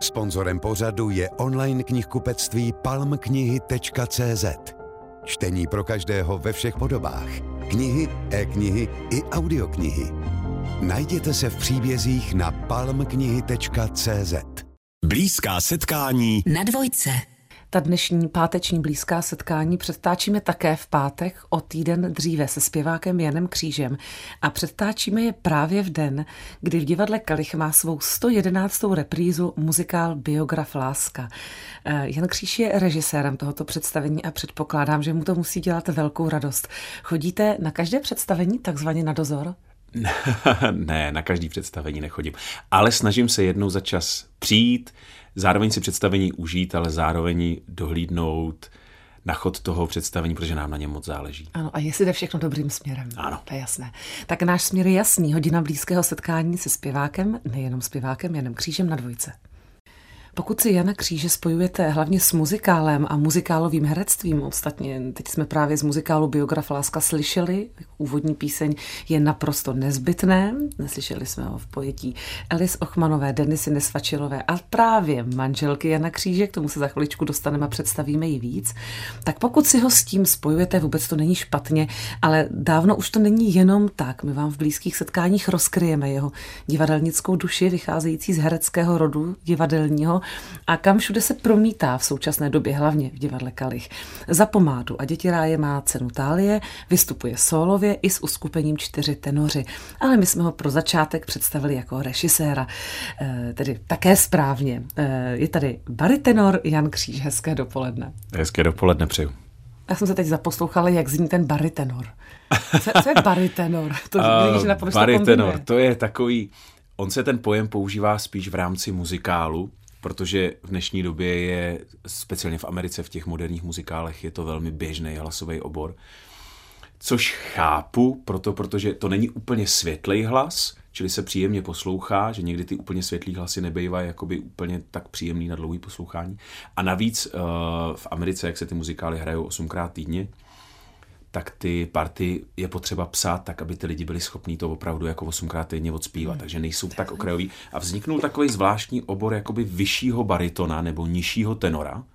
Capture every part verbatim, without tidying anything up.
Sponzorem pořadu je online knihkupectví palm knihy tečka cé zet. Čtení pro každého ve všech podobách. Knihy, e-knihy i audioknihy. Najděte se v příbězích na palm knihy tečka cé zet. Blízká setkání na dvojce. Ta dnešní páteční blízká setkání předtáčíme také v pátek o týden dříve se zpěvákem Janem Křížem a předtáčíme je právě v den, kdy v divadle Kalich má svou sto jedenáctou reprízu muzikál Biograf Láska. Jan Kříž je režisérem tohoto představení a předpokládám, že mu to musí dělat velkou radost. Chodíte na každé představení takzvaně na dozor? Ne, na každý představení nechodím, ale snažím se jednou za čas přijít, zároveň si představení užít, ale zároveň dohlídnout na chod toho představení, protože nám na něm moc záleží. Ano, a jestli jde všechno dobrým směrem. Ano. To je jasné. Tak náš směr je jasný. Hodina blízkého setkání se zpěvákem, nejenom zpěvákem Janem Křížem na dvojce. Pokud si Jana Kříže spojujete hlavně s muzikálem a muzikálovým herectvím, ostatně teď jsme právě z muzikálu Biograf Láska slyšeli, úvodní píseň je naprosto nezbytné, neslyšeli jsme ho v pojetí Elis Ochmanové, Denisy Nesvačilové a právě manželky Jana Kříže, k tomu se za chviličku dostaneme a představíme ji víc, tak pokud si ho s tím spojujete, vůbec to není špatně, ale dávno už to není jenom tak. My vám v blízkých setkáních rozkryjeme jeho divadelnickou duši, vycházející z hereckého rodu divadelního, a kam všude se promítá v současné době, hlavně v divadle Kalich. Za pomádu a Děti ráje má cenu Thálie, vystupuje sólově i s uskupením Čtyři tenoři. Ale my jsme ho pro začátek představili jako režiséra, e, tedy také správně. E, je tady baritenor Jan Kříž. Hezké dopoledne. Hezké dopoledne přeju. Já jsem se teď zaposlouchala, jak zní ten baritenor. Co, co je baritenor? To, uh, baritenor, to je takový, on se ten pojem používá spíš v rámci muzikálu, protože v dnešní době je, speciálně v Americe, v těch moderních muzikálech, je to velmi běžný hlasový obor. Což chápu, proto, protože to není úplně světlej hlas, čili se příjemně poslouchá, že někdy ty úplně světlý hlasy nebejvají jakoby úplně tak příjemný na dlouhý poslouchání. A navíc uh, v Americe, jak se ty muzikály hrajou osmkrát týdně, tak ty party je potřeba psát tak, aby ty lidi byli schopní to opravdu jako osmkrát týdně odspívat, hmm. takže nejsou tak okrajový. A vzniknul takový zvláštní obor jakoby vyššího baritona nebo nižšího tenora.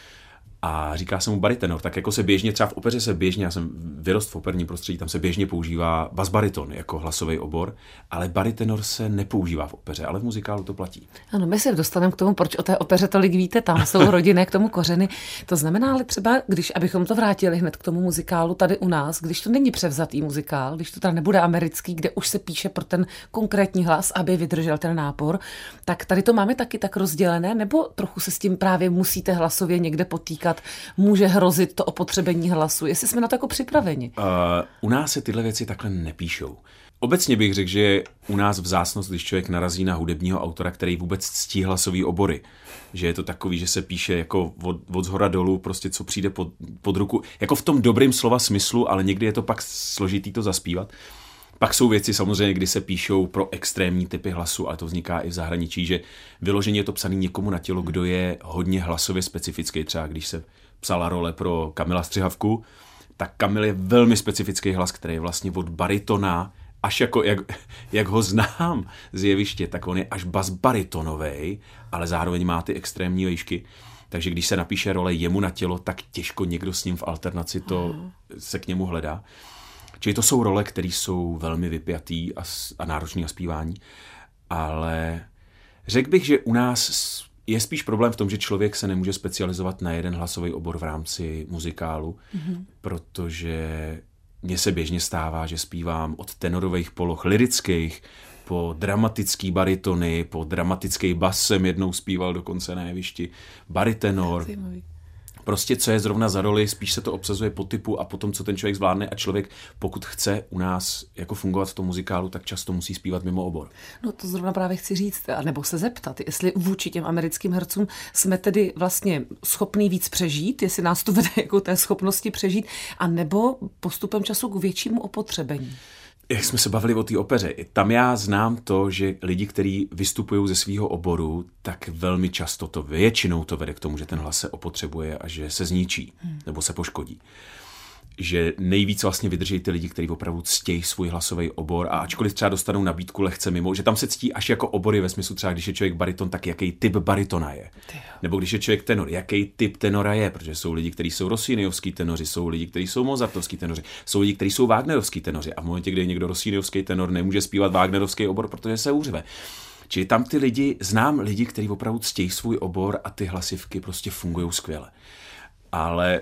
A říká se mu baritenor, tak jako se běžně, třeba v opeře se běžně, já jsem vyrost v operním prostředí, tam se běžně používá basbariton jako hlasový obor, ale baritenor se nepoužívá v opeře, ale v muzikálu to platí. Ano, my se dostaneme k tomu, proč o té opeře tolik víte, tam jsou rodinné k tomu kořeny. To znamená, ale třeba, když, abychom to vrátili hned k tomu muzikálu tady u nás, když to není převzatý muzikál, když to teda nebude americký, kde už se píše pro ten konkrétní hlas, aby vydržel ten nápor, tak tady to máme taky tak rozdělené, nebo trochu se s tím právě musíte hlasově někde potýkat, může hrozit to opotřebení hlasu, jestli jsme na to jako připraveni? Uh, u nás se tyhle věci takhle nepíšou. Obecně bych řekl, že je u nás vzácnost, když člověk narazí na hudebního autora, který vůbec ctí hlasový obory. Že je to takový, že se píše jako od, od zhora dolů, prostě co přijde pod, pod ruku, jako v tom dobrým slova smyslu, ale někdy je to pak složitý to zaspívat. Pak jsou věci samozřejmě, kdy se píšou pro extrémní typy hlasu, ale to vzniká i v zahraničí, že vyloženě je to psaný někomu na tělo, kdo je hodně hlasově specifický. Třeba když se psala role pro Kamila Střihavku, tak Kamil je velmi specifický hlas, který je vlastně od baritona, až jako, jak, jak ho znám z jeviště, tak on je až basbaritonovej, ale zároveň má ty extrémní výšky. Takže když se napíše role jemu na tělo, tak těžko někdo s ním v alternaci to se k němu hledá. Čili to jsou role, které jsou velmi vypjatý a, a náročný na zpívání, ale řekl bych, že u nás je spíš problém v tom, že člověk se nemůže specializovat na jeden hlasový obor v rámci muzikálu, mm-hmm. protože mně se běžně stává, že zpívám od tenorových poloh lyrických po dramatický baritony, po dramatický bas jsem jednou zpíval dokonce na jevišti, baritenor. Prostě co je zrovna za roli, spíš se to obsazuje po typu a potom, co ten člověk zvládne a člověk, pokud chce u nás jako fungovat v tom muzikálu, tak často musí zpívat mimo obor. No to zrovna právě chci říct, nebo se zeptat, jestli vůči těm americkým hercům jsme tedy vlastně schopní víc přežít, jestli nás to vede jako té schopnosti přežít, a nebo postupem času k většímu opotřebení. Jak jsme se bavili o té opeře, tam já znám to, že lidi, kteří vystupují ze svého oboru, tak velmi často to většinou to vede k tomu, že ten hlas se opotřebuje a že se zničí nebo se poškodí. že nejvíc vlastně vydrží ty lidi, kteří opravdu ctějí svůj hlasový obor a ačkoliv třeba dostanou nabídku lehce mimo, že tam se ctí až jako obory ve smyslu třeba, když je člověk bariton, tak jaký typ baritona je. Nebo když je člověk tenor, jaký typ tenora je, protože jsou lidi, kteří jsou rossiniovský tenoři, jsou lidi, kteří jsou mozartovský tenoři, jsou lidi, kteří jsou wagnerovský tenoři a v momentě, kdy je někdo rossiniovský tenor, nemůže zpívat wagnerovský obor, protože se uřve. Čili tam ty lidi, znám lidi, kteří opravdu ctějí svůj obor a ty hlasivky prostě fungují skvěle. Ale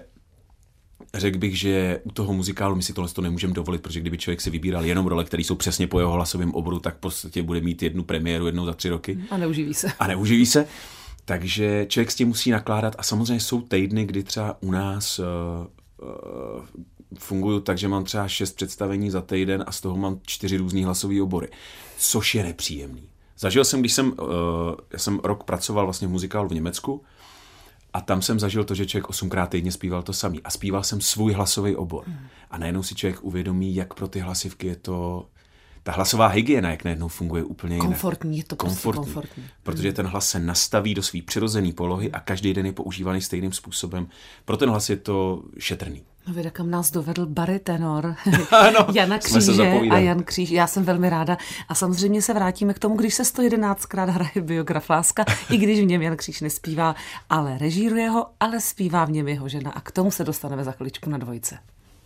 řekl bych, že u toho muzikálu my si tohle to nemůžeme dovolit, protože kdyby člověk si vybíral jenom role, které jsou přesně po jeho hlasovém oboru, tak v podstatě bude mít jednu premiéru jednou za tři roky. A neuživí se. A neuživí se. Takže člověk s tím musí nakládat a samozřejmě jsou týdny, kdy třeba u nás uh, uh, fungují tak, že mám třeba šest představení za týden a z toho mám čtyři různý hlasové obory, což je nepříjemný. Zažil jsem, když jsem, uh, já jsem rok pracoval vlastně v muzikálu v Německu a tam jsem zažil to, že člověk osmkrát týdně zpíval to samý a zpíval jsem svůj hlasový obor. Mm. A najednou si člověk uvědomí, jak pro ty hlasivky je to, ta hlasová hygiena, jak najednou funguje úplně jinak. Komfortní, je to komfortní, prostě komfortní. Protože ten hlas se nastaví do své přirozené polohy a každý den je používaný stejným způsobem. Pro ten hlas je to šetrný. No věda, kam nás dovedl baritenor ano, Jana Kříže a Jan Kříž. Já jsem velmi ráda. A samozřejmě se vrátíme k tomu, když se sto jedenáctkrát hraje Biograf Láska, i když v něm Jan Kříž nespívá, ale režíruje ho, ale zpívá v něm jeho žena. A k tomu se dostaneme za chviličku na Dvojce.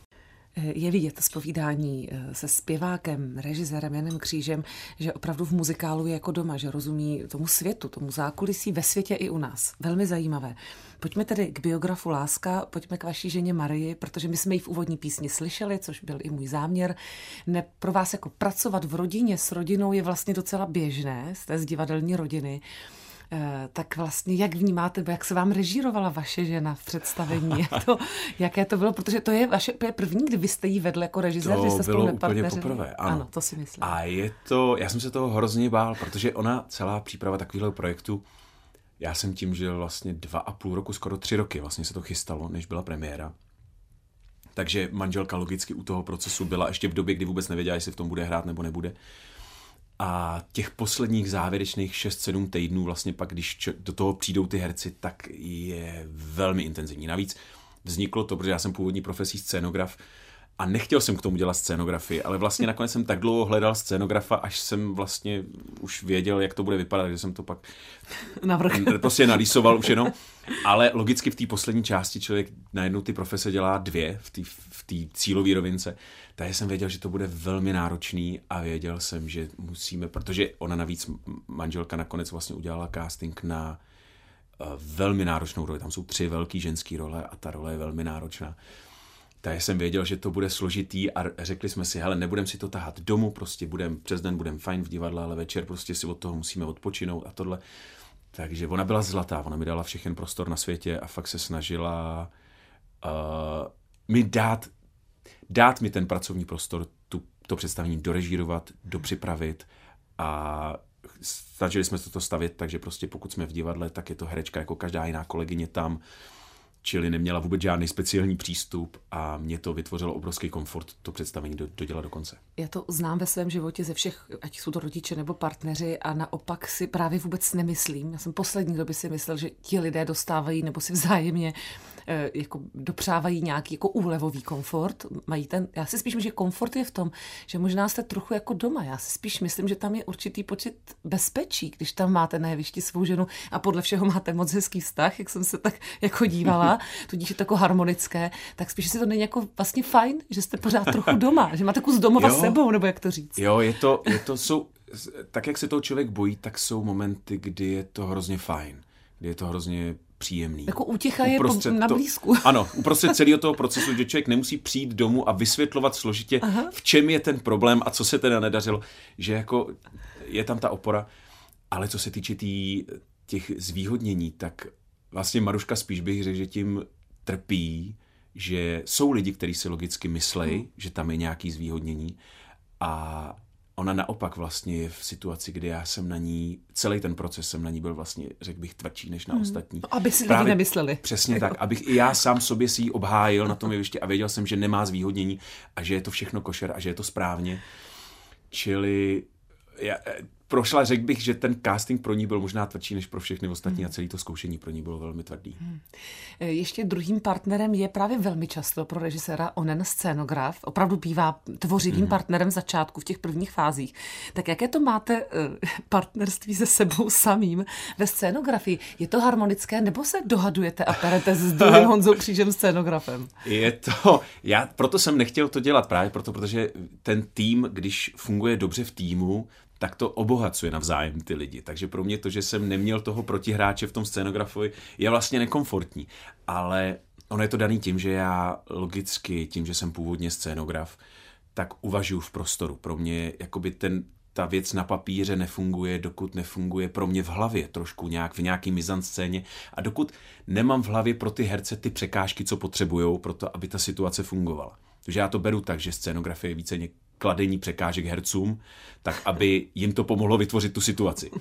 Je vidět z povídání se zpěvákem, režisérem Janem Křížem, že opravdu v muzikálu je jako doma, že rozumí tomu světu, tomu zákulisí ve světě i u nás. Velmi zajímavé. Pojďme tedy k Biografu Láska, pojďme k vaší ženě Marii, protože my jsme ji v úvodní písni slyšeli, což byl i můj záměr. Ne, pro vás jako pracovat v rodině s rodinou je vlastně docela běžné, jste z divadelní rodiny. Tak vlastně jak vnímáte, jak se vám režírovala vaše žena v představení? Jak to, jaké to bylo? Protože to je vaše první, kdy vy jste jí vedl jako režisér, to že jste spolu nepartneřili. To bylo úplně poprvé, ano. Ano, to si myslím. A je to, já jsem se toho hrozně bál, protože ona, celá příprava takového projektu, já jsem tím žil vlastně dva a půl roku, skoro tři roky, vlastně se to chystalo, než byla premiéra. Takže manželka logicky u toho procesu byla ještě v době, kdy vůbec nevěděla, jestli v tom bude hrát nebo nebude. A těch posledních závěrečných šest sedm týdnů vlastně pak, když do toho přijdou ty herci, tak je velmi intenzivní. Navíc vzniklo to, protože já jsem původní profesí scénograf a nechtěl jsem k tomu dělat scénografii, ale vlastně nakonec jsem tak dlouho hledal scénografa, až jsem vlastně už věděl, jak to bude vypadat, že jsem to pak navrch. prostě nalísoval už jenom. Ale logicky v té poslední části člověk najednou ty profese dělá dvě v té v té cílové rovince. Takže jsem věděl, že to bude velmi náročný a věděl jsem, že musíme, protože ona navíc, manželka nakonec vlastně udělala casting na uh, velmi náročnou roli. Tam jsou tři velký ženský role a ta role je velmi náročná. Takže jsem věděl, že to bude složitý a řekli jsme si, hele, nebudem si to tahat domů, prostě budem, přes den budem fajn v divadle, ale večer prostě si od toho musíme odpočinout a tohle. Takže ona byla zlatá, ona mi dala všechen prostor na světě a fakt se snažila uh, mi dát, dát mi ten pracovní prostor, tu, to představení dorežírovat, dopřipravit a snažili jsme se to stavět, takže prostě pokud jsme v divadle, tak je to herečka jako každá jiná kolegyně tam, čili neměla vůbec žádný speciální přístup a mě to vytvořilo obrovský komfort to představení do, dodělat do konce. Já to znám ve svém životě ze všech, ať jsou to rodiče nebo partneři a naopak si právě vůbec nemyslím. Já jsem poslední doby si myslel, že ti lidé dostávají nebo si vzájemně eh, jako dopřávají nějaký jako úlevový komfort. Mají ten, já si spíš myslím, že komfort je v tom, že možná jste trochu jako doma. Já si spíš myslím, že tam je určitý počet bezpečí, když tam máte na jevišti svou ženu a podle všeho máte moc hezký vztah, jak jsem se tak jako dívala. Tudíž je to jako harmonické, tak spíš si to není jako vlastně fajn, že jste pořád trochu doma, že máte kus domova jo, sebou, nebo jak to říct. Jo, je to, je to jsou, tak jak se toho člověk bojí, tak jsou momenty, kdy je to hrozně fajn, kdy je to hrozně příjemný. Jako útěcha je po, na blízku. To, ano, uprostřed celého toho procesu, že člověk nemusí přijít domů a vysvětlovat složitě, aha, v čem je ten problém a co se teda nedařilo, že jako je tam ta opora, ale co se týče tý, těch zvýhodnění, tak vlastně Maruška spíš bych řekl, že tím trpí, že jsou lidi, kteří si logicky myslejí, hmm. že tam je nějaký zvýhodnění a ona naopak vlastně je v situaci, kdy já jsem na ní, celý ten proces jsem na ní byl vlastně, řekl bych, tvrdší než na hmm. ostatní. Aby si lidi nemysleli. Přesně tak, abych i já sám sobě si ji obhájil na tom jevišti a věděl jsem, že nemá zvýhodnění a že je to všechno košer a že je to správně. Čili já, prošla, řekl bych, že ten casting pro ní byl možná tvrdší než pro všechny ostatní hmm. a celé to zkoušení pro ní bylo velmi tvrdý. Hmm. Ještě druhým partnerem je právě velmi často pro režiséra onen scénograf. Opravdu bývá tvořivým hmm. partnerem v začátku, v těch prvních fázích. Tak jaké to máte partnerství se sebou samým ve scénografii? Je to harmonické, nebo se dohadujete a perete s druhým Honzou Křížem scénografem? Je to, já proto jsem nechtěl to dělat právě proto, protože ten tým, když funguje dobře v týmu, tak to obohacuje navzájem ty lidi. Takže pro mě to, že jsem neměl toho protihráče v tom scénografovi, je vlastně nekomfortní. Ale ono je to daný tím, že já logicky, tím, že jsem původně scénograf, tak uvažuji v prostoru. Pro mě jakoby ten, ta věc na papíře nefunguje, dokud nefunguje pro mě v hlavě trošku nějak, v nějaký mizanscéně a dokud nemám v hlavě pro ty herce ty překážky, co potřebujou pro to, aby ta situace fungovala. Takže já to beru tak, že scénografie je víceméně kladení překážek hercům, tak aby jim to pomohlo vytvořit tu situaci.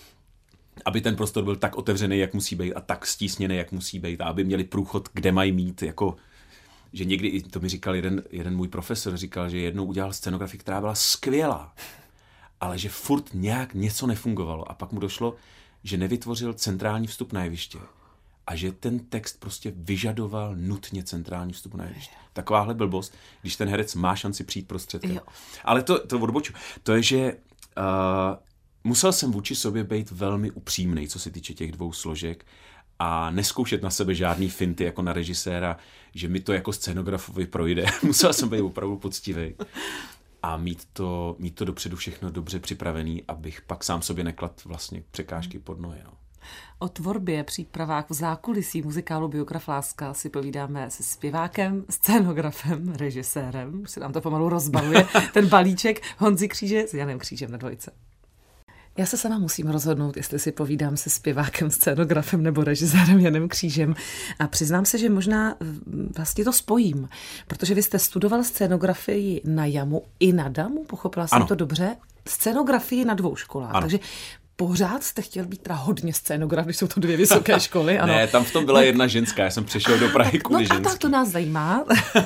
Aby ten prostor byl tak otevřený, jak musí být a tak stísněný, jak musí být a aby měli průchod, kde mají mít, jako, že někdy, to mi říkal jeden, jeden můj profesor, říkal, že jednou udělal scenografii, která byla skvělá, ale že furt nějak něco nefungovalo a pak mu došlo, že nevytvořil centrální vstup na jeviště. A že ten text prostě vyžadoval nutně centrální vstup na jeviště. Takováhle blbost, když ten herec má šanci přijít prostředkem. Ale to, to odboču. To je, že uh, musel jsem vůči sobě být velmi upřímnej, co se týče těch dvou složek a neskoušet na sebe žádný finty jako na režiséra, že mi to jako scénografovi projde. Musel jsem být opravdu poctivý a mít to, mít to dopředu všechno dobře připravený, abych pak sám sobě nekladl vlastně překážky pod nohy. No. O tvorbě, přípravách v zákulisí muzikálu Biograf láska si povídáme se zpěvákem, scénografem, režisérem, už se nám to pomalu rozbaluje, ten balíček Honzy Kříže s Janem Křížem na dvojce. Já se sama musím rozhodnout, jestli si povídám se zpěvákem, scénografem nebo režisérem Janem Křížem. A přiznám se, že možná vlastně to spojím, protože vy jste studoval scénografii na JAMu i na DAMu, pochopila jsem ano. to dobře, scénografii na dvou školách, ano. takže pořád jste chtěl být teda hodně scénograf, když jsou to dvě vysoké školy. Ano. Ne, tam v tom byla jedna ženská, já jsem přešel do Prahy kvůli no, ženský. No tak to nás zajímá.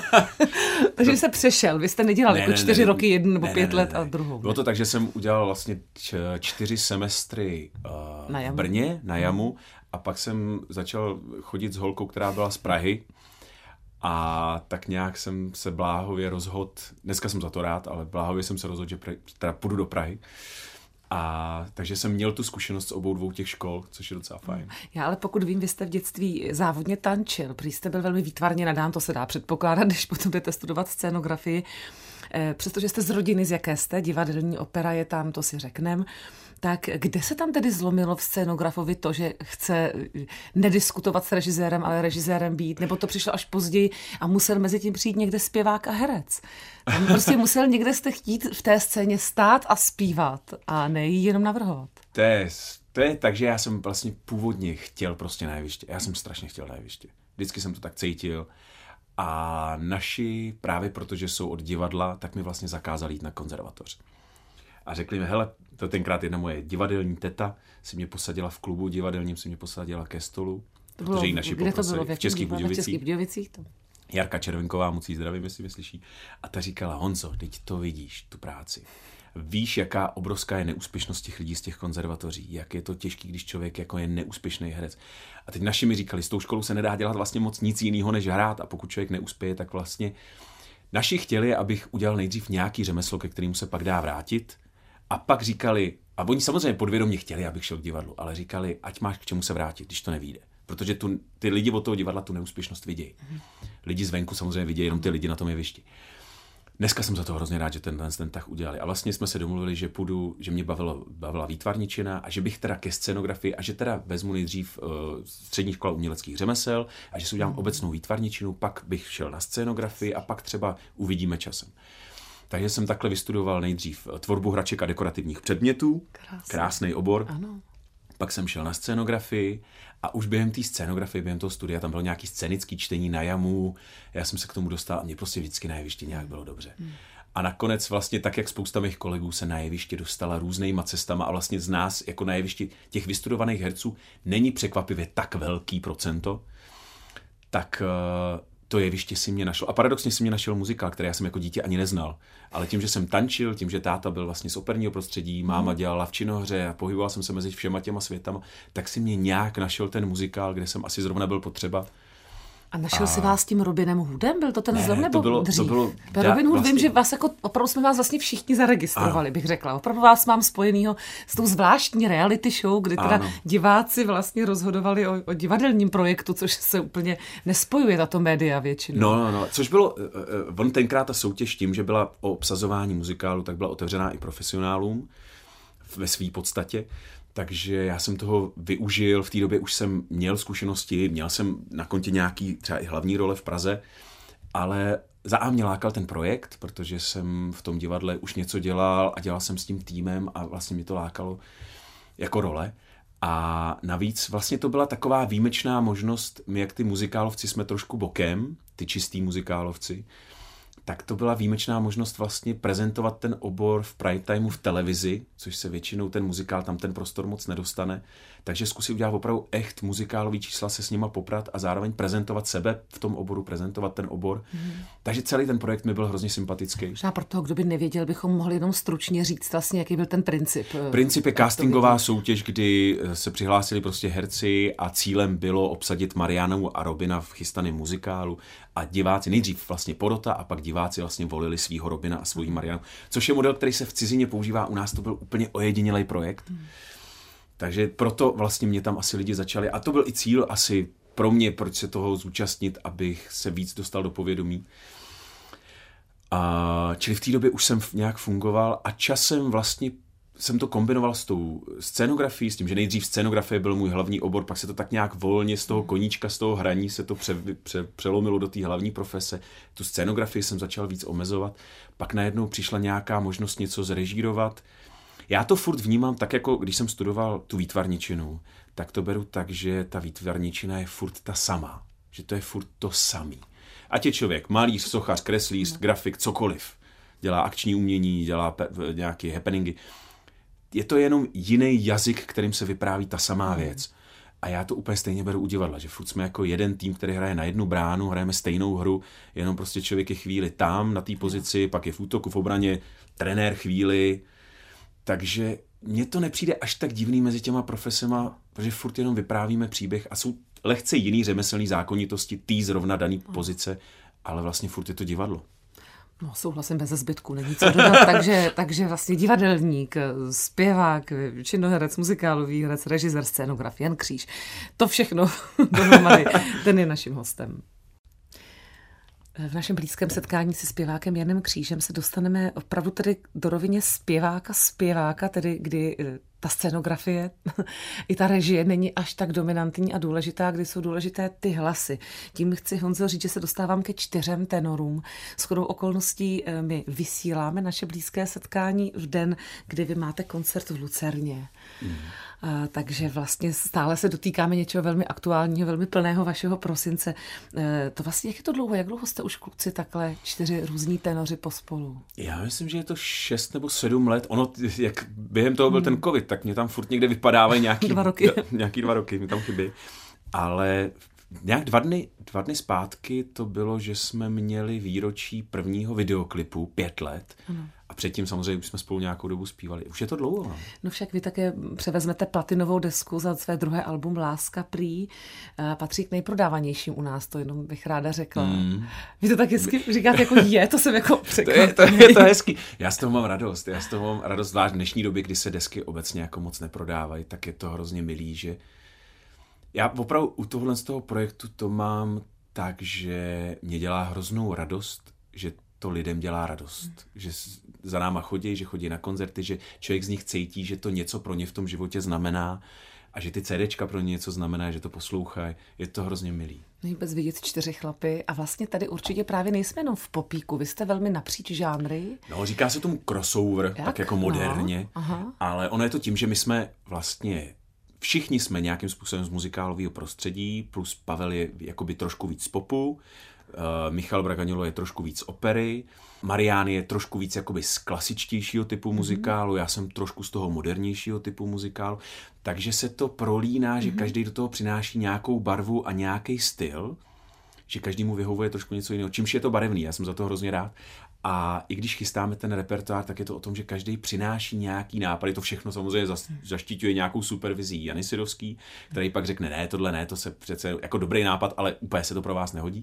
Takže jste přešel, vy jste nedělal ne, jako ne, čtyři ne, roky, jednu nebo ne, pět ne, let ne, a druhou. Bylo to tak, že jsem udělal vlastně čtyři semestry uh, v Brně na JAMu a pak jsem začal chodit s holkou, která byla z Prahy a tak nějak jsem se bláhově rozhodl, dneska jsem za to rád, ale bláhově jsem se rozhodl, že pre, teda půjdu do Prahy. A takže jsem měl tu zkušenost z obou dvou těch škol, což je docela fajn. Já ale pokud vím, vy jste v dětství závodně tančil, prý jste byl velmi výtvarně nadán, to se dá předpokládat, když potom budete studovat scénografii. Přestože jste z rodiny, z jaké jste, divadelní opera je tam, to si řekneme. Tak kde se tam tedy zlomilo v scénografovi to, že chce nediskutovat s režisérem, ale režisérem být? Nebo to přišlo až později a musel mezi tím přijít někde zpěvák a herec? Tam prostě musel někde jste chtít v té scéně stát a zpívat a ne jí jenom navrhovat. To je, to je tak, že já jsem vlastně původně chtěl prostě na jeviště. Já jsem strašně chtěl na jeviště. Vždycky jsem to tak cítil. A naši, právě protože jsou od divadla, tak mi vlastně zakázali jít na konzervatoř. A řekli mi, hele, to tenkrát jedna moje divadelní teta si mě posadila v klubu divadelním, si mě posadila ke stolu, to protože jí naši poprosili v, v Českých Budějovicích. Jarka Červenková, moc jí zdravím, jestli mě slyší. A ta říkala, Honzo, teď to vidíš, tu práci. Víš, jaká obrovská je neúspěšnost těch lidí z těch konzervatoří, jak je to těžký, když člověk jako je neúspěšný herec. A teď naši mi říkali, s tou školou se nedá dělat vlastně moc nic jiného než hrát a pokud člověk neuspěje, tak vlastně naši chtěli, abych udělal nejdřív nějaký řemeslo, ke kterému se pak dá vrátit. A pak říkali, a oni samozřejmě podvědomě chtěli, abych šel k divadlu, ale říkali, ať máš k čemu se vrátit, když to nevyjde. Protože tu, ty lidi od toho divadla tu neúspěšnost vidějí. Lidi zvenku samozřejmě vidějí jenom ty lidi na tom jevišti. Dneska jsem za to hrozně rád, že ten, ten tah udělali. A vlastně jsme se domluvili, že půjdu, že mě bavilo, bavila výtvarničina a že bych teda ke scenografii a že teda vezmu nejdřív uh, střední škola uměleckých řemesel a že si udělám obecnou výtvarničinu, pak bych šel na scenografii a pak třeba uvidíme časem. Takže jsem takhle vystudoval nejdřív tvorbu hraček a dekorativních předmětů. Krásný, Krásný obor. Ano. Pak jsem šel na scénografii a už během té scénografie, během toho studia, tam bylo nějaký scénický čtení na JAMu. Já jsem se k tomu dostal a mě prostě vždycky na jevišti nějak bylo dobře. Hmm. A nakonec vlastně tak, jak spousta mých kolegů se na jeviště dostala různýma cestama a vlastně z nás, jako na jevišti těch vystudovaných herců, není překvapivě tak velký procento, tak to jeviště si mě našlo. A paradoxně si mě našel muzikál, který já jsem jako dítě ani neznal. Ale tím, že jsem tančil, tím, že táta byl vlastně z operního prostředí, máma dělala v činohře a pohyboval jsem se mezi všema těma světama, tak si mě nějak našel ten muzikál, kde jsem asi zrovna byl potřeba. A našel a... si vás tím Robinem Hoodem? Byl to ten zlom nebo to bylo, dřív? To bylo, Robin Hood, vlastně... vím, že vás jako, opravdu jsme vás vlastně všichni zaregistrovali, ano. bych řekla. Opravdu vás mám spojenýho s tou zvláštní reality show, kdy teda ano. diváci vlastně rozhodovali o, o divadelním projektu, což se úplně nespojuje tato média většinou. No, no, no, což bylo, on tenkrát ta soutěž tím, že byla o obsazování muzikálu, tak byla otevřená i profesionálům ve své podstatě. Takže já jsem toho využil, v té době už jsem měl zkušenosti, měl jsem na kontě nějaký třeba i hlavní role v Praze, ale za A mě lákal ten projekt, protože jsem v tom divadle už něco dělal a dělal jsem s tím týmem a vlastně mě to lákalo jako role. A navíc vlastně to byla taková výjimečná možnost, my jak ty muzikálovci jsme trošku bokem, ty čistý muzikálovci, tak to byla výjimečná možnost vlastně prezentovat ten obor v prime timeu v televizi, což se většinou ten muzikál tam ten prostor moc nedostane. Takže zkusit udělat opravdu echt muzikálový čísla, se s nima poprat a zároveň prezentovat sebe v tom oboru, prezentovat ten obor. Mm. Takže celý ten projekt mi byl hrozně sympatický. Možná pro toho, kdo by nevěděl, bychom mohli jenom stručně říct vlastně, jaký byl ten princip. Princip je castingová soutěž, kdy se přihlásili prostě herci a cílem bylo obsadit Marianu a Robina v chystaném muzikálu a diváci, nejdřív vlastně porota a pak diváci vlastně volili svýho Robina a svojí Marianu, což je model, který se v cizině používá, u nás to byl úplně ojedinělej projekt. Mm. Takže proto vlastně mě tam asi lidi začali. A to byl i cíl asi pro mě, proč se toho zúčastnit, abych se víc dostal do povědomí. A, čili v té době už jsem nějak fungoval a časem vlastně jsem to kombinoval s tou scénografií, s tím, že nejdřív scénografie byl můj hlavní obor, pak se to tak nějak volně z toho koníčka, z toho hraní se to pře, pře, přelomilo do té hlavní profese. Tu scénografii jsem začal víc omezovat. Pak najednou přišla nějaká možnost něco zrežírovat. Já to furt vnímám tak, jako když jsem studoval tu výtvarničinu, tak to beru tak, že ta výtvarničina je furt ta sama. Že to je furt to samý. Ať je člověk malíř, sochař, kreslíř, grafik, cokoliv. Dělá akční umění, dělá pe- nějaké happeningy. Je to jenom jiný jazyk, kterým se vypráví ta samá věc. A já to úplně stejně beru u divadla, že furt jsme jako jeden tým, který hraje na jednu bránu, hrajeme stejnou hru, jenom prostě člověk je chvíli tam, na té pozici, pak je v útoku, v obraně, trenér chvíli. Takže mně to nepřijde až tak divný mezi těma profesema, protože furt jenom vyprávíme příběh a jsou lehce jiný řemeslný zákonitosti tý zrovna daný pozice, ale vlastně furt je to divadlo. No, souhlasím bez zbytku, není co dodat, takže, takže vlastně divadelník, zpěvák, činoherec, muzikálový herec, režisér, scénograf, Jan Kříž, to všechno dohromady, ten je naším hostem. V našem blízkém setkání se zpěvákem Janem Křížem se dostaneme opravdu tedy do rovině zpěváka, zpěváka, tedy kdy ta scénografie i ta režie není až tak dominantní a důležitá, kdy jsou důležité ty hlasy. Tím chci, Honzo, říct, že se dostávám ke čtyřem tenorům. Shodou okolností my vysíláme naše blízké setkání v den, kdy vy máte koncert v Lucerně. Mm. A, takže vlastně stále se dotýkáme něčeho velmi aktuálního, velmi plného vašeho prosince. E, to vlastně, jak je to dlouho? Jak dlouho jste už kluci takhle čtyři různí tenoři pospolu? Já myslím, že je to šest nebo sedm let. Ono, jak během toho byl hmm. ten covid, tak mě tam furt někde vypadávají nějaký dva roky. nějaký dva roky, mi tam chybí. Ale nějak dva dny, dva dny zpátky to bylo, že jsme měli výročí prvního videoklipu, pět let. Ano. A předtím samozřejmě už jsme spolu nějakou dobu zpívali. Už je to dlouho. No, no však vy také převezmete platinovou desku za své druhé album Láska prý. Patří k nejprodávanějším u nás, to jenom bych ráda řekla. Mm. Vy to tak hezky říkáte, jako je, to jsem jako překvapený. To je, to je to hezký. Já z toho mám radost. Já z toho mám radost, zvlášť v dnešní době, kdy se desky obecně jako moc neprodávají, tak je to hrozně milý, že já opravdu u tohohle z toho projektu to mám tak, že mě dělá hroznou radost, že to lidem dělá radost. Hmm. Že za náma chodí, že chodí na koncerty, že člověk z nich cítí, že to něco pro ně v tom životě znamená a že ty CDčka pro ně něco znamená, že to poslouchají. Je to hrozně milý. Vůbec vidět čtyři chlapy a vlastně tady určitě právě nejsme jenom v popíku, vy jste velmi napříč žánry. No, říká se tomu crossover, Jak? tak jako moderně, no. Ale ono je to tím, že my jsme vlastně všichni jsme nějakým způsobem z muzikálového prostředí, plus Pavel je jakoby trošku víc popu, uh, Michal Bragaňolo je trošku víc opery, Marián je trošku víc jakoby z klasičtějšího typu muzikálu, já jsem trošku z toho modernějšího typu muzikálu, takže se to prolíná, že mm-hmm. každý do toho přináší nějakou barvu a nějaký styl, že každému vyhovuje trošku něco jiného, čímž je to barevný, já jsem za to hrozně rád. A i když chystáme ten repertoár, tak je to o tom, že každý přináší nějaký nápady, to všechno samozřejmě zaštiťuje nějakou supervizí Jany Sidovský, který pak řekne, ne, tohle ne, to se přece jako dobrý nápad, ale úplně se to pro vás nehodí.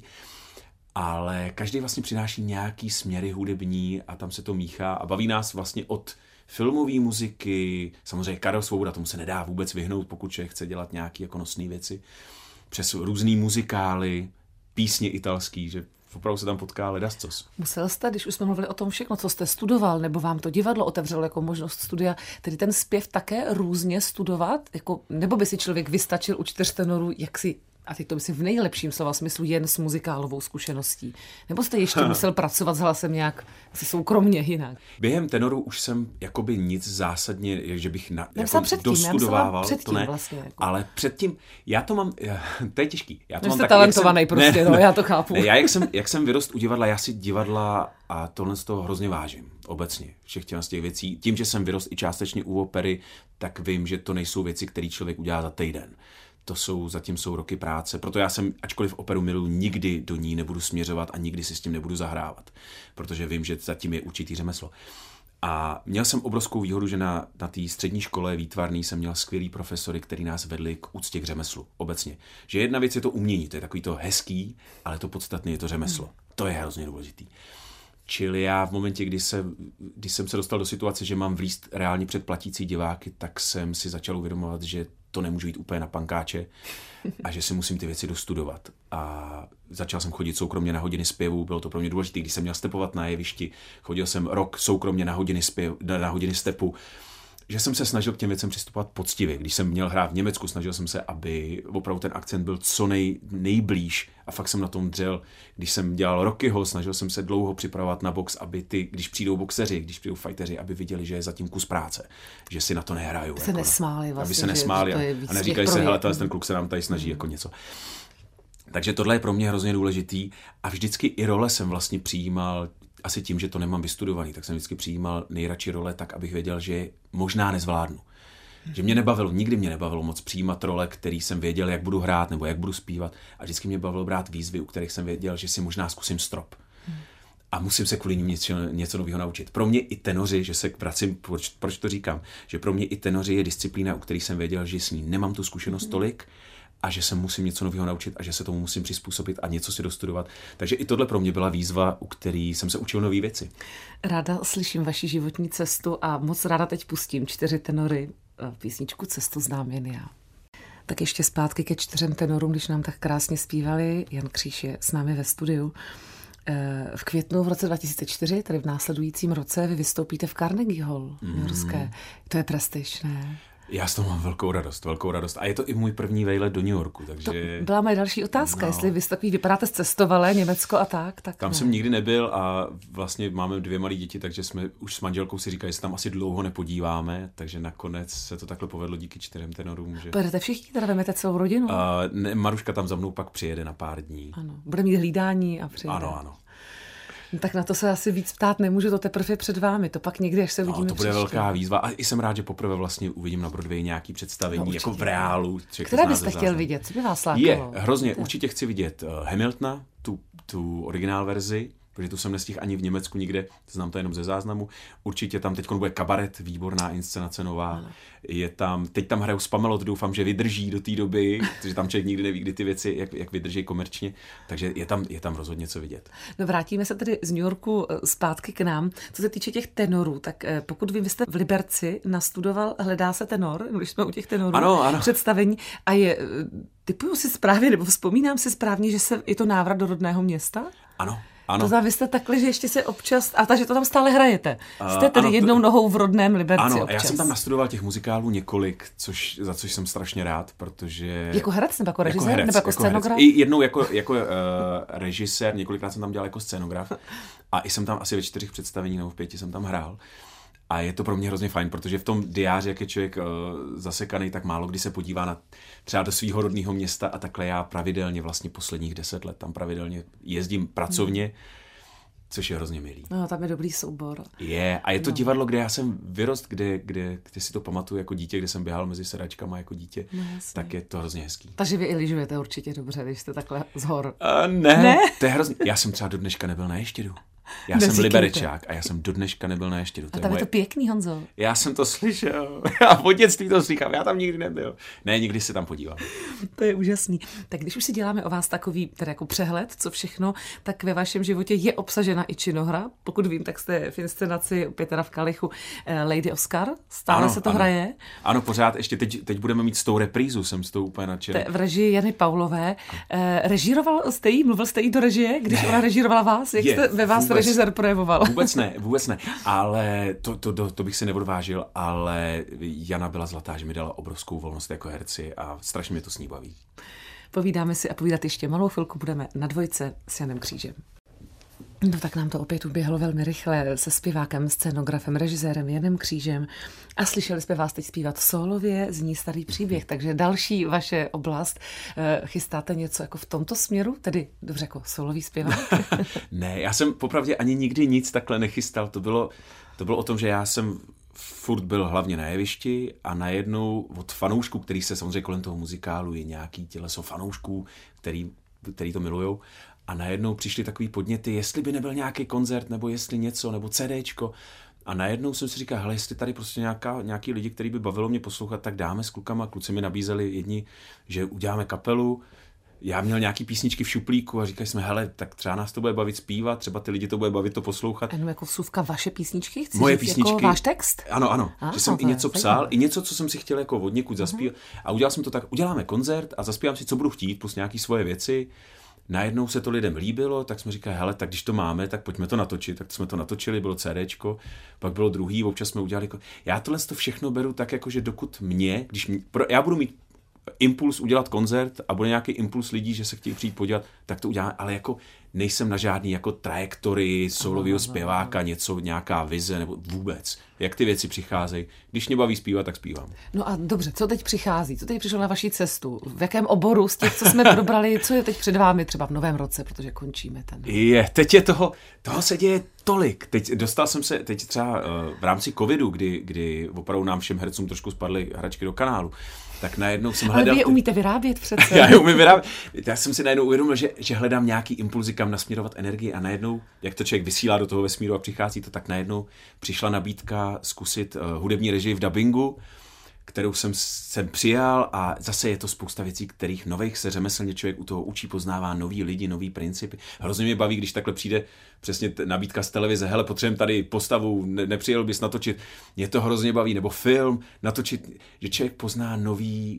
Ale každý vlastně přináší nějaký směry hudební a tam se to míchá a baví nás vlastně od filmové muziky, samozřejmě Karel Svoboda, tomu se nedá vůbec vyhnout, pokud člověk chce dělat nějaké jako nosné věci, přes různý muzikály, písně italský, že opravdu se tam potká ledascos. Musel jste, když už jsme mluvili o tom všechno, co jste studoval, nebo vám to divadlo otevřelo jako možnost studia, tedy ten zpěv také různě studovat, jako, nebo by si člověk vystačil u čtyř tenorů, jak si, a teď to myslím v nejlepším slova smyslu, jen s muzikálovou zkušeností? Nebo jste ještě musel pracovat s hlasem nějak si soukromně jinak? Během tenoru už jsem jakoby nic zásadně, že bych na, jako předtím, dostudovával, předtím, to ne, vlastně, jako. Ale předtím, já to mám, to je těžký. Já to no mám jste tak, talentovaný jsem, prostě, ne, no, já to chápu. Ne, já jak jsem, jak jsem vyrost u divadla, já si divadla a tohle z toho hrozně vážím, obecně, všech z těch věcí. Tím, že jsem vyrost i částečně u opery, tak vím, že to nejsou věci, které člověk udělá za týden. To jsou, zatím jsou roky práce, proto já jsem, ačkoliv operu miluji, nikdy do ní nebudu směřovat a nikdy si s tím nebudu zahrávat, protože vím, že zatím je určitý řemeslo. A měl jsem obrovskou výhodu, že na, na té střední škole výtvarný jsem měl skvělý profesory, který nás vedli k úctě k řemeslu obecně. Že jedna věc je to umění, to je takový to hezký, ale to podstatné je to řemeslo. Hmm. To je hrozně důležitý. Čili já v momentě, kdy, se, kdy jsem se dostal do situace, že mám vlízt reálně před platící diváky, tak jsem si začal uvědomovat, že to nemůžu jít úplně na pankáče a že si musím ty věci dostudovat. A začal jsem chodit soukromně na hodiny zpěvu, bylo to pro mě důležité, když jsem měl stepovat na jevišti, chodil jsem rok soukromně na hodiny, zpěv, na hodiny stepu, že jsem se snažil k těm věcem přistupovat poctivě. Když jsem měl hrát v Německu, snažil jsem se, aby opravdu ten akcent byl co nej, nejblíž a fakt jsem na tom dřel. Když jsem dělal Rockyho, snažil jsem se dlouho připravovat na box, aby ty, když přijdou boxeři, když přijdou fighteři, aby viděli, že je zatím kus práce, že si na to nehrajou. Se jako, nesmáli vlastně. Aby se nesmáli a, a neříkají se, hele, ten kluk se nám tady snaží mm. jako něco. Takže tohle je pro mě hrozně důležitý a vždycky i role jsem vlastně přijímal, asi tím, že to nemám vystudovaný, tak jsem vždycky přijímal nejradši role tak, abych věděl, že možná nezvládnu. Že mě nebavilo, nikdy mě nebavilo moc přijímat role, který jsem věděl, jak budu hrát nebo jak budu zpívat. A vždycky mě bavilo brát výzvy, u kterých jsem věděl, že si možná zkusím strop. A musím se kvůli nim něco, něco nového naučit. Pro mě i tenoři, že se vracím, proč, proč to říkám, že pro mě i tenoři je disciplína, u který jsem věděl, že s ní nemám tu zkušenost tolik, a že se musím něco nového naučit a že se tomu musím přizpůsobit a něco si dostudovat. Takže i tohle pro mě byla výzva, u který jsem se učil nové věci. Ráda slyším vaši životní cestu a moc ráda teď pustím čtyři tenory písničku Cestu znám jen já. Tak ještě zpátky ke čtyřem tenorům, když nám tak krásně zpívali. Jan Kříž je s námi ve studiu. V květnu v roce dva tisíce čtyři, tedy v následujícím roce, vy vystoupíte v Carnegie Hall v New Yorkské. Mm. To je prestiž, ne? Já z toho mám velkou radost, velkou radost. A je to i můj první vejlet do New Yorku, takže... To byla moje další otázka, no. Jestli vy takový vypadáte zcestovalé, Německo a tak, tak Tam ne. jsem nikdy nebyl a vlastně máme dvě malé děti, takže jsme už s manželkou si říkali, že se tam asi dlouho nepodíváme, takže nakonec se to takhle povedlo díky čtyřem tenorům. Že... Pojedete všichni, teda vemete celou rodinu? Uh, ne, Maruška tam za mnou pak přijede na pár dní. Ano, bude mít hlídání a přijede. Ano, ano. Tak na to se asi víc ptát nemůžu, to teprve před vámi, to pak někdy, až se uvidíme. No, to bude příště. velká výzva a i jsem rád, že poprvé vlastně uvidím na Broadway nějaký představení, no, jako v reálu. Které byste chtěl vidět, co by vás lákalo? Je, hrozně, tak. Určitě chci vidět uh, Hamiltona, tu, tu originál verzi, protože tu jsem nestihl ani v Německu nikde, znám to jenom ze záznamu. Určitě tam teď bude Kabaret, výborná inscenace nová. Ano. Je tam, teď tam hraju Spamelot, doufám, že vydrží do té doby, protože tam člověk nikdy neví, kdy ty věci, jak, jak vydrží komerčně, takže je tam, je tam rozhodně co vidět. No vrátíme se tedy z New Yorku zpátky k nám. Co se týče těch tenorů, tak pokud vy jste v Liberci nastudoval Hledá se tenor, když jsme u těch tenorů, ano, ano. představení, a je, typuju si správně, nebo vzpomínám si správně, že se, je to návrat do rodného města? Ano. Ano. To znamená, vy jste takhle, že ještě se občas, a takže to tam stále hrajete. Jste tedy ano, jednou to... nohou v rodném Liberci ano, občas. Já jsem tam nastudoval těch muzikálů několik, což, za což jsem strašně rád, protože... Jako herec nebo jako režisér? Jako herec, nebo jako, jako scénograf? I jednou jako, jako uh, režisér, několikrát jsem tam dělal jako scénograf a i jsem tam asi ve čtyřech představení nebo v pěti jsem tam hrál. A je to pro mě hrozně fajn, protože v tom diáři, jak je člověk uh, zasekaný, tak málo kdy se podívá na třeba do svého rodného města a takhle já pravidelně vlastně posledních deset let tam pravidelně jezdím pracovně. Hmm. což je hrozně milý. No, tam je dobrý soubor. Je, a je to no. divadlo, kde já jsem vyrost, kde, kde, kde si to pamatuju jako dítě, kde jsem běhal mezi sedačkama jako dítě, no, tak je to hrozně hezký. Takže vy i lyžujete určitě dobře, když jste takhle z hor. Uh, ne, ne, to je hrozně. Já jsem třeba do dneška nebyl na Ještědu. Já Neříkejte. jsem Liberečák a já jsem do dneška nebyl na Ještědu. A tam je, moje... je to pěkný, Honzo. Já jsem to slyšel. Já od dětství to slychám, já tam nikdy nebyl. Ne, nikdy se tam podívám. To je úžasný. Tak když už si děláme o vás takový teda jako přehled, co všechno, tak ve vašem životě je obsažena i činohra. Pokud vím, tak jste v inscenaci opět teda v Kalichu Lady Oscar. Stále ano, se to ano. hraje. Ano, pořád. Ještě teď, teď budeme mít s tou reprízu, jsem s tou úplně nadšený. V režii Jany Paulové. Eh, režíroval jste jí, mluvil jste jí do režie, když ne. ona režírovala vás? Jak je, jste ve vás vůbec, režisér projevoval? Vůbec ne, vůbec ne. Ale to, to, to, to bych si neodvážil, ale Jana byla zlatá, že mi dala obrovskou volnost jako herci a strašně mě to s ní baví. Povídáme si a povídat ještě malou chvilku budeme na dvojce s Janem Křížem. No tak nám to opět uběhlo velmi rychle se zpěvákem, scénografem, režisérem Janem Křížem a slyšeli jsme vás teď zpívat sólově, zní Starý příběh, takže další vaše oblast. Chystáte něco jako v tomto směru, tedy dobře jako sólový zpěvák? Ne, já jsem popravdě ani nikdy nic takhle nechystal, to bylo, to bylo o tom, že já jsem furt byl hlavně na jevišti a najednou od fanoušků, který se samozřejmě kolem toho muzikálu je nějaký těleso fanoušků, který, který to milujou. A najednou přišly takový podněty, jestli by nebyl nějaký koncert, nebo jestli něco, nebo CDčko. A najednou jsem si říkal, hele, jestli tady prostě nějaká, nějaký lidi, který by bavilo mě poslouchat, tak dáme s klukama. Kluci mi nabízeli jedni, že uděláme kapelu. Já měl nějaký písničky v šuplíku a říkali jsme, hele, tak třeba nás to bude bavit zpívat, třeba ty lidi to bude bavit to poslouchat. Jenom jako vsuvka vaše písničky? Chci Moje říct, písničky. Jako váš text? Ano, ano. A, že jsem i něco psal, zajímavé. I něco, co jsem si chtěl jako od někud zaspívat. Uh-huh. A udělal jsem to tak, uděláme koncert a zaspívám si, co budu chtít, plus nějaký svoje věci. Najednou se to lidem líbilo, tak jsme říkali, hele, tak když to máme, tak pojďme to natočit. Tak jsme to natočili, bylo CDčko, pak bylo druhý, občas jsme udělali jako... Já tohle to všechno beru tak, jako, že dokud mě, když mě, pro, já budu mít impuls udělat koncert a bude nějaký impuls lidí, že se chtějí přijít podívat, tak to uděláme, ale jako nejsem na žádný jako trajektorii solového zpěváka, něco, nějaká vize, nebo vůbec. Jak ty věci přicházejí. Když mě baví zpívat, tak zpívám. No a dobře, co teď přichází? Co teď přišlo na vaši cestu? V jakém oboru z těch, co jsme probrali, co je teď před vámi třeba v novém roce, protože končíme ten. Je, teď je toho, toho se děje tolik. Teď dostal jsem se, teď třeba v rámci covidu, kdy, kdy opravdu nám všem hercům trošku spadly hračky do kanálu, tak najednou jsem hledal... Ale vy je ty... umíte vyrábět přece. Já je umím vyrábět. Já jsem si najednou uvědomil, že, že hledám nějaký impulzy, kam nasměrovat energii a najednou, jak to člověk vysílá do toho vesmíru a přichází to, tak najednou přišla nabídka zkusit uh, hudební režii v dabingu, kterou jsem, jsem přijal a zase je to spousta věcí, kterých nových se řemeslně člověk u toho učí, poznává nový lidi, nový principy. Hrozně mě baví, když takhle přijde přesně t- nabídka z televize, hele, potřebujeme tady postavu, ne- nepřijel bys natočit, mě to hrozně baví, nebo film, natočit, že člověk pozná nový,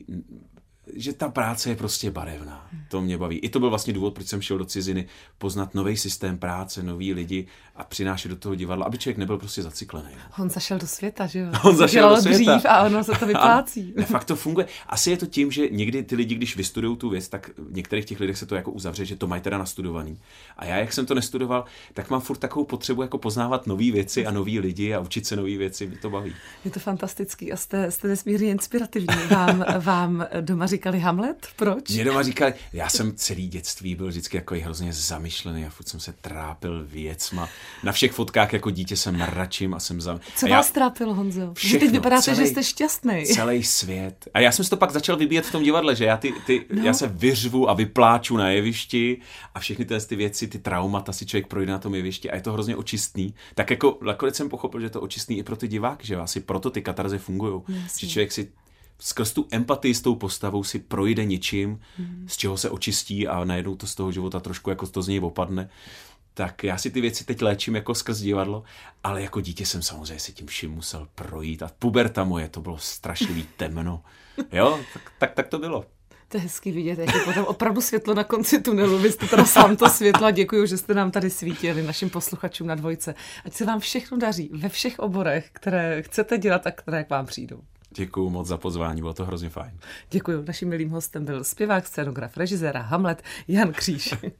že ta práce je prostě barevná. To mě baví. I to byl vlastně důvod, proč jsem šel do ciziny, poznat nový systém práce, nový lidi a přinášet do toho divadla, aby člověk nebyl prostě zacyklený. On zašel do světa, že jo? On zašel do světa. Dřív a ono se to vyplácí. A fakt to funguje. Asi je to tím, že někdy ty lidi, když vystudují tu věc, tak v některých těch lidech se to jako uzavře, že to mají teda nastudovaný. A já, jak jsem to nestudoval, tak mám furt takovou potřebu jako poznávat nové věci a nový lidi a učit se nové věci. Mě to baví. Je to fantastický a jste, jste nesmírně inspirativní. Vám, vám doma říkali Hamlet? Proč? Mě doma říkali, já jsem celý dětství byl vždycky jako hrozně zamyšlený a furt jsem se trápil věcma. Na všech fotkách jako dítě jsem mračím a jsem za... Co a já... vás trápilo, Honzo? Všechno, teď vypadáte, celý, že jste šťastný. Celý svět. A já jsem si to pak začal vybíjet v tom divadle, že já, ty, ty, no. já se vyřvu a vypláču na jevišti a všechny ty, ty věci, ty traumata si člověk projde na tom jevišti a je to hrozně očistný. Tak jako nakonec jsem pochopil, že je to očistný i pro ty diváky, že asi proto ty katarzy fungují. Že člověk si skrz tu empatii s tou postavou si projde něčím, mm. z čeho se očistí a najednou to z toho života trošku jako to z něj opadne. Tak já si ty věci teď léčím jako skrz divadlo, ale jako dítě jsem samozřejmě si tím vším musel projít a puberta moje, to bylo strašlivý temno. Jo, tak, tak, tak to bylo. To je hezký vidět, jak je potom opravdu světlo na konci tunelu. Vy jste teda sám to světlo a děkuju, že jste nám tady svítili, našim posluchačům na dvojce. Ať se vám všechno daří ve všech oborech, které chcete dělat a které k vám přijdou. Děkuju moc za pozvání, bylo to hrozně fajn. Děkuju. Naším milým hostem byl zpěvák, scénograf, režisér a Hamlet Jan Kříž.